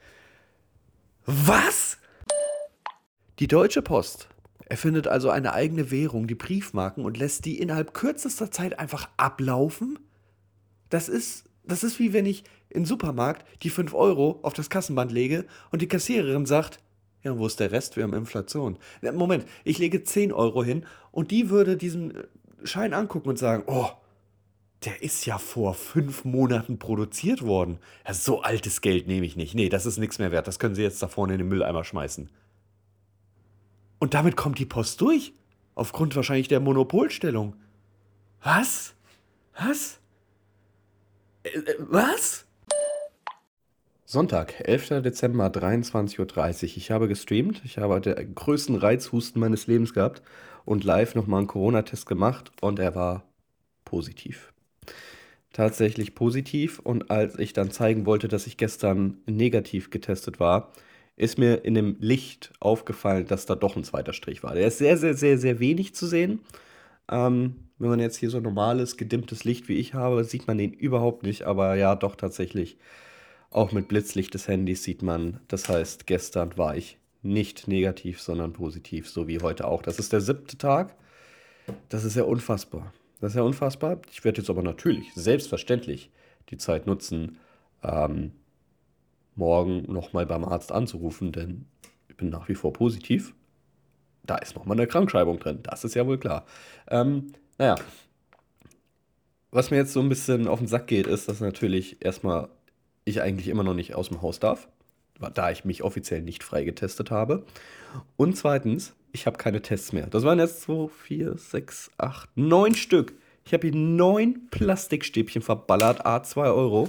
Was? Die Deutsche Post erfindet also eine eigene Währung, die Briefmarken, und lässt die innerhalb kürzester Zeit einfach ablaufen? Das ist, das ist wie wenn ich im Supermarkt die fünf Euro auf das Kassenband lege und die Kassiererin sagt, ja, wo ist der Rest? Wir haben Inflation. Ja, Moment, ich lege zehn Euro hin und die würde diesen äh, Schein angucken und sagen, oh, der ist ja vor fünf Monaten produziert worden. Ja, so altes Geld nehme ich nicht. Nee, das ist nichts mehr wert. Das können Sie jetzt da vorne in den Mülleimer schmeißen. Und damit kommt die Post durch. Aufgrund wahrscheinlich der Monopolstellung. Was? Was? Äh, äh, was? Sonntag, elfter Dezember, dreiundzwanzig Uhr dreißig. Ich habe gestreamt. Ich habe den größten Reizhusten meines Lebens gehabt und live nochmal einen Corona-Test gemacht und er war positiv. Tatsächlich positiv, und als ich dann zeigen wollte, dass ich gestern negativ getestet war, ist mir in dem Licht aufgefallen, dass da doch ein zweiter Strich war. Der ist sehr, sehr, sehr, sehr wenig zu sehen. Ähm, wenn man jetzt hier so normales, gedimmtes Licht wie ich habe, sieht man den überhaupt nicht, aber ja, doch tatsächlich. Auch mit Blitzlicht des Handys sieht man, das heißt, gestern war ich nicht negativ, sondern positiv, so wie heute auch. Das ist der siebte Tag. Das ist ja unfassbar. Das ist ja unfassbar. Ich werde jetzt aber natürlich, selbstverständlich, die Zeit nutzen, ähm, morgen nochmal beim Arzt anzurufen, denn ich bin nach wie vor positiv. Da ist nochmal eine Krankschreibung drin, das ist ja wohl klar. Ähm, naja, was mir jetzt so ein bisschen auf den Sack geht, ist, dass natürlich erstmal ich eigentlich immer noch nicht aus dem Haus darf, da ich mich offiziell nicht freigetestet habe. Und zweitens, ich habe keine Tests mehr. Das waren jetzt zwei, vier, sechs, acht, neun Stück. Ich habe hier neun Plastikstäbchen verballert, a zwei Euro.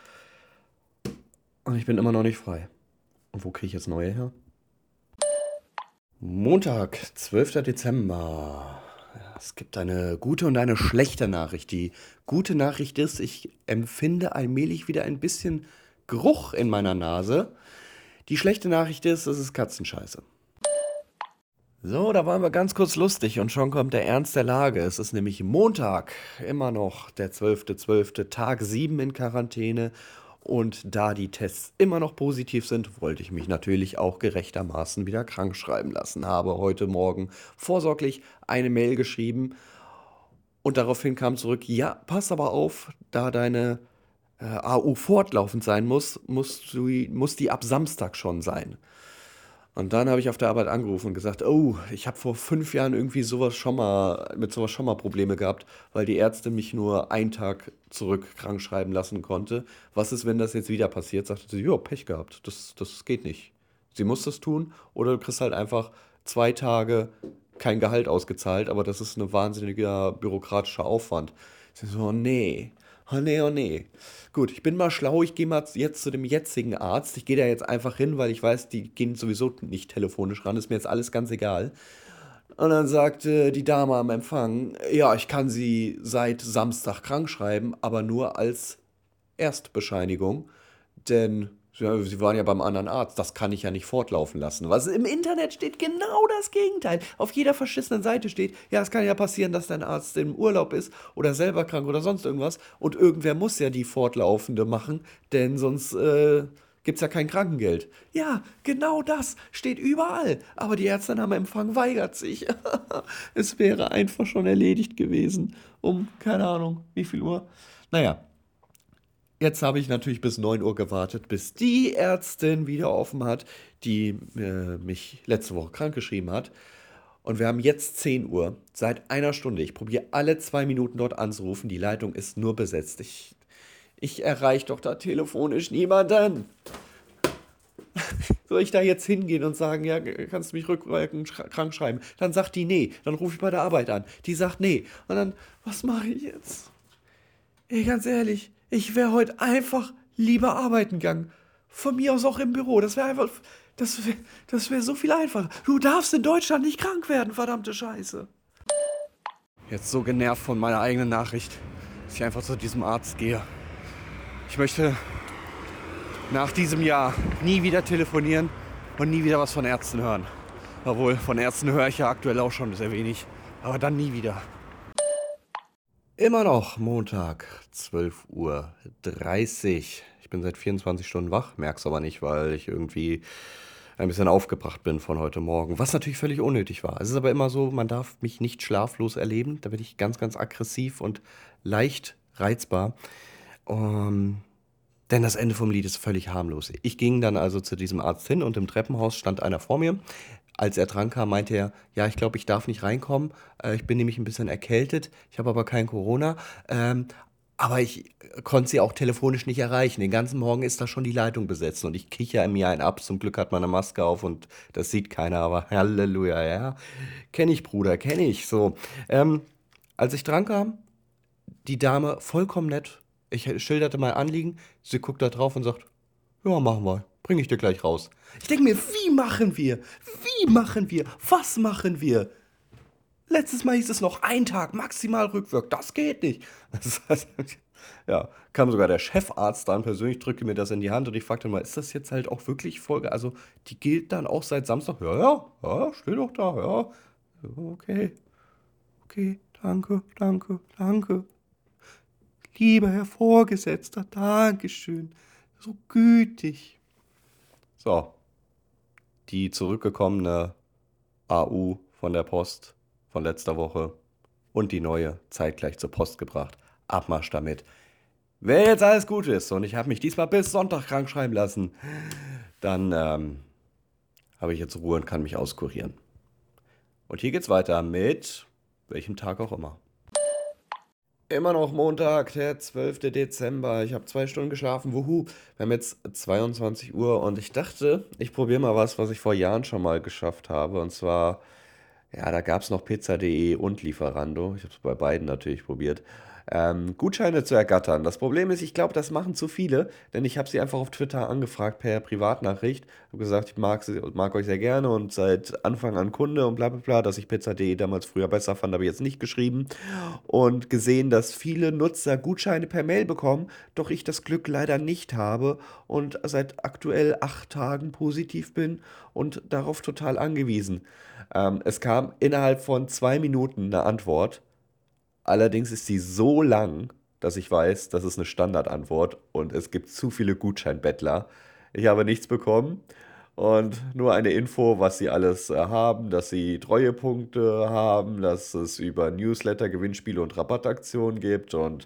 Und ich bin immer noch nicht frei. Und wo kriege ich jetzt neue her? Montag, zwölfter Dezember. Ja, es gibt eine gute und eine schlechte Nachricht. Die gute Nachricht ist, ich empfinde allmählich wieder ein bisschen Geruch in meiner Nase. Die schlechte Nachricht ist, es ist Katzenscheiße. So, da waren wir ganz kurz lustig und schon kommt der Ernst der Lage. Es ist nämlich Montag, immer noch der zwölfter zwölfter, Tag sieben in Quarantäne. Und da die Tests immer noch positiv sind, wollte ich mich natürlich auch gerechtermaßen wieder krank schreiben lassen. Habe heute Morgen vorsorglich eine Mail geschrieben und daraufhin kam zurück, ja, pass aber auf, da deine äh, A U fortlaufend sein muss, musst du, muss die ab Samstag schon sein. Und dann habe ich auf der Arbeit angerufen und gesagt, oh, ich habe vor fünf Jahren irgendwie sowas schon mal, mit sowas schon mal Probleme gehabt, weil die Ärztin mich nur einen Tag zurück krank schreiben lassen konnte. Was ist, wenn das jetzt wieder passiert? Sagte sie, ja, Pech gehabt, das, das geht nicht. Sie muss das tun oder du kriegst halt einfach zwei Tage kein Gehalt ausgezahlt, aber das ist ein wahnsinniger bürokratischer Aufwand. Ich so, oh nee, oh nee, oh nee. Gut, ich bin mal schlau, ich gehe mal jetzt zu dem jetzigen Arzt. Ich gehe da jetzt einfach hin, weil ich weiß, die gehen sowieso nicht telefonisch ran, ist mir jetzt alles ganz egal. Und dann sagte die Dame am Empfang, ja, ich kann Sie seit Samstag krank schreiben, aber nur als Erstbescheinigung, denn ja, Sie waren ja beim anderen Arzt, das kann ich ja nicht fortlaufen lassen. Was im Internet steht, genau das Gegenteil. Auf jeder verschissenen Seite steht, ja, es kann ja passieren, dass dein Arzt im Urlaub ist oder selber krank oder sonst irgendwas und irgendwer muss ja die fortlaufende machen, denn sonst äh, gibt es ja kein Krankengeld. Ja, genau das steht überall, aber die Ärztin am Empfang weigert sich. Es wäre einfach schon erledigt gewesen, um, keine Ahnung, wie viel Uhr. Naja. Jetzt habe ich natürlich bis neun Uhr gewartet, bis die Ärztin wieder offen hat, die äh, mich letzte Woche krankgeschrieben hat. Und wir haben jetzt zehn Uhr, seit einer Stunde. Ich probiere alle zwei Minuten dort anzurufen. Die Leitung ist nur besetzt. Ich, ich erreiche doch da telefonisch niemanden. Soll ich da jetzt hingehen und sagen, ja, kannst du mich rückwirkend krank schreiben? Dann sagt die, nee. Dann rufe ich bei der Arbeit an. Die sagt, nee. Und dann, was mache ich jetzt? Ey, ganz ehrlich, ich wäre heute einfach lieber arbeiten gegangen. Von mir aus auch im Büro. Das wäre einfach, das wäre das wär so viel einfacher. Du darfst in Deutschland nicht krank werden, verdammte Scheiße. Jetzt so genervt von meiner eigenen Nachricht, dass ich einfach zu diesem Arzt gehe. Ich möchte nach diesem Jahr nie wieder telefonieren und nie wieder was von Ärzten hören. Obwohl, von Ärzten höre ich ja aktuell auch schon sehr wenig. Aber dann nie wieder. Immer noch Montag, zwölf Uhr dreißig. Ich bin seit vierundzwanzig Stunden wach, merk's aber nicht, weil ich irgendwie ein bisschen aufgebracht bin von heute Morgen, was natürlich völlig unnötig war. Es ist aber immer so, man darf mich nicht schlaflos erleben, da bin ich ganz, ganz aggressiv und leicht reizbar. Um, denn das Ende vom Lied ist völlig harmlos. Ich ging dann also zu diesem Arzt hin und im Treppenhaus stand einer vor mir. Als er dran kam, meinte er, ja, ich glaube, ich darf nicht reinkommen. Äh, ich bin nämlich ein bisschen erkältet. Ich habe aber kein Corona. Ähm, aber ich konnte sie auch telefonisch nicht erreichen. Den ganzen Morgen ist da schon die Leitung besetzt und ich kicher mir einen ab. Zum Glück hat man eine Maske auf und das sieht keiner, aber Halleluja, ja. Kenn ich, Bruder, kenn ich. So, ähm, als ich dran kam, die Dame vollkommen nett. Ich schilderte mein Anliegen. Sie guckt da drauf und sagt, Ja, machen wir. Bring ich dir gleich raus. Ich denke mir, wie machen wir? Wie machen wir? Was machen wir? Letztes Mal hieß es noch ein Tag, maximal Rückwirk. Das geht nicht. Das heißt, ja, kam sogar der Chefarzt dann persönlich, drückte mir das in die Hand und ich fragte mal, ist das jetzt halt auch wirklich Folge? Also, die gilt dann auch seit Samstag? Ja, ja, ja, steht doch da, ja. Ja, Okay, okay, danke, danke, danke. Lieber Herr Vorgesetzter, Dankeschön. So gütig. So, die zurückgekommene A U von der Post von letzter Woche und die neue zeitgleich zur Post gebracht. Abmarsch damit. Wenn jetzt alles gut ist und ich habe mich diesmal bis Sonntag krank schreiben lassen, dann ähm, habe ich jetzt Ruhe und kann mich auskurieren. Und hier geht's weiter mit welchem Tag auch immer. Immer noch Montag, der zwölfte Dezember. Ich habe zwei Stunden geschlafen. Wuhu. Wir haben jetzt zweiundzwanzig Uhr und ich dachte, ich probiere mal was, was ich vor Jahren schon mal geschafft habe. Und zwar, ja, da gab es noch Pizza punkt de und Lieferando. Ich habe es bei beiden natürlich probiert. Ähm, Gutscheine zu ergattern. Das Problem ist, ich glaube, das machen zu viele, denn ich habe sie einfach auf Twitter angefragt per Privatnachricht. Ich habe gesagt, ich mag, sie, mag euch sehr gerne und seit Anfang an Kunde und bla bla bla. Dass ich Pizza punkt de damals früher besser fand, habe ich jetzt nicht geschrieben. Und gesehen, dass viele Nutzer Gutscheine per Mail bekommen, doch ich das Glück leider nicht habe und seit aktuell acht Tagen positiv bin und darauf total angewiesen. Ähm, es kam innerhalb von zwei Minuten eine Antwort. Allerdings ist sie so lang, dass ich weiß, das ist eine Standardantwort und es gibt zu viele Gutscheinbettler. Ich habe nichts bekommen und nur eine Info, was sie alles äh, haben, dass sie Treuepunkte haben, dass es über Newsletter, Gewinnspiele und Rabattaktionen gibt und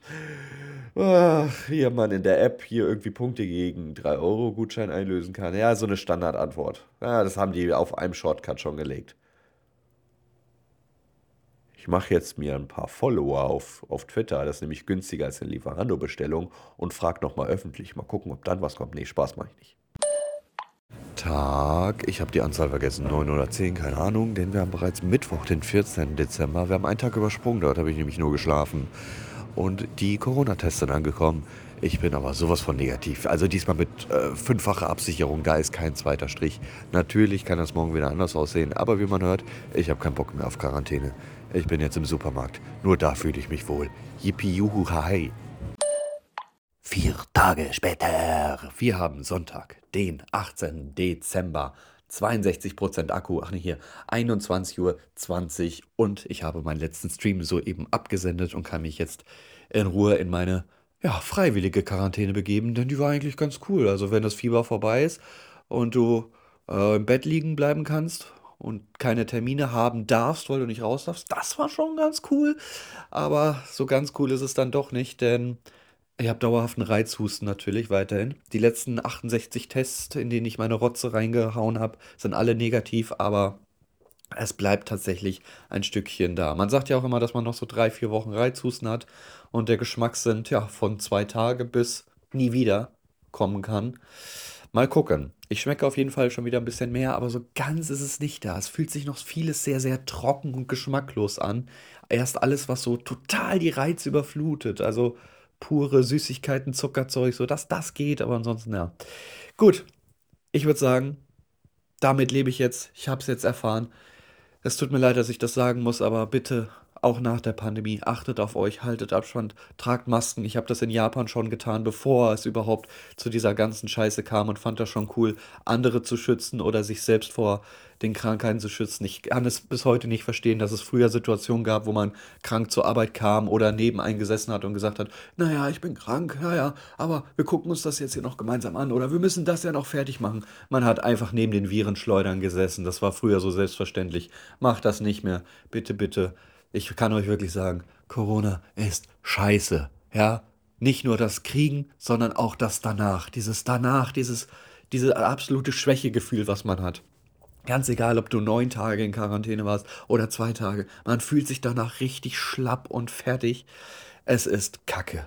ach, hier man in der App hier irgendwie Punkte gegen drei Euro Gutschein einlösen kann. Ja, so eine Standardantwort. Ja, das haben die auf einem Shortcut schon gelegt. Ich mache jetzt mir ein paar Follower auf, auf Twitter, das ist nämlich günstiger als eine Lieferando-Bestellung und frage nochmal öffentlich. Mal gucken, ob dann was kommt. Nee, Spaß mache ich nicht. Tag, ich habe die Anzahl vergessen, neun oder zehn, keine Ahnung, denn wir haben bereits Mittwoch, den vierzehnten Dezember. Wir haben einen Tag übersprungen, dort habe ich nämlich nur geschlafen. Und die Corona-Tests sind angekommen. Ich bin aber sowas von negativ. Also diesmal mit äh, fünffacher Absicherung, da ist kein zweiter Strich. Natürlich kann das morgen wieder anders aussehen, aber wie man hört, ich habe keinen Bock mehr auf Quarantäne. Ich bin jetzt im Supermarkt. Nur da fühle ich mich wohl. Yippie, juhu, hi. Vier Tage später. Wir haben Sonntag, den achtzehnten Dezember. zweiundsechzig Prozent Akku. Ach nee, hier. einundzwanzig Uhr zwanzig. Und ich habe meinen letzten Stream soeben abgesendet und kann mich jetzt in Ruhe in meine ja, freiwillige Quarantäne begeben. Denn die war eigentlich ganz cool. Also wenn das Fieber vorbei ist und du äh, im Bett liegen bleiben kannst und keine Termine haben darfst, weil du nicht raus darfst, das war schon ganz cool. Aber so ganz cool ist es dann doch nicht, denn ich habe dauerhaften Reizhusten natürlich weiterhin. Die letzten achtundsechzig Tests, in denen ich meine Rotze reingehauen habe, sind alle negativ, aber es bleibt tatsächlich ein Stückchen da. Man sagt ja auch immer, dass man noch so drei, vier Wochen Reizhusten hat und der Geschmackssinn ja von zwei Tage bis nie wieder kommen kann. Mal gucken. Ich schmecke auf jeden Fall schon wieder ein bisschen mehr, aber so ganz ist es nicht da. Es fühlt sich noch vieles sehr, sehr trocken und geschmacklos an. Erst alles, was so total die Reize überflutet. Also pure Süßigkeiten, Zuckerzeug, so dass das geht, aber ansonsten ja. Gut, ich würde sagen, damit lebe ich jetzt. Ich habe es jetzt erfahren. Es tut mir leid, dass ich das sagen muss, aber bitte auch nach der Pandemie achtet auf euch, haltet Abstand, tragt Masken. Ich habe das in Japan schon getan, bevor es überhaupt zu dieser ganzen Scheiße kam und fand das schon cool, andere zu schützen oder sich selbst vor den Krankheiten zu schützen. Ich kann es bis heute nicht verstehen, dass es früher Situationen gab, wo man krank zur Arbeit kam oder neben einen gesessen hat und gesagt hat, naja, ich bin krank, naja, aber wir gucken uns das jetzt hier noch gemeinsam an oder wir müssen das ja noch fertig machen. Man hat einfach neben den Virenschleudern gesessen. Das war früher so selbstverständlich. Macht das nicht mehr. Bitte, bitte. Ich kann euch wirklich sagen, Corona ist scheiße, ja. Nicht nur das Kriegen, sondern auch das danach. Dieses danach, dieses, dieses absolute Schwächegefühl, was man hat. Ganz egal, ob du neun Tage in Quarantäne warst oder zwei Tage. Man fühlt sich danach richtig schlapp und fertig. Es ist Kacke.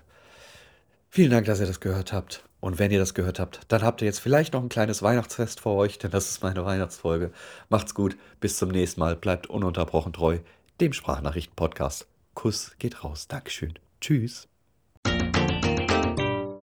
Vielen Dank, dass ihr das gehört habt. Und wenn ihr das gehört habt, dann habt ihr jetzt vielleicht noch ein kleines Weihnachtsfest vor euch, denn das ist meine Weihnachtsfolge. Macht's gut, bis zum nächsten Mal, bleibt ununterbrochen treu dem Sprachnachrichten-Podcast. Kuss geht raus. Dankeschön. Tschüss.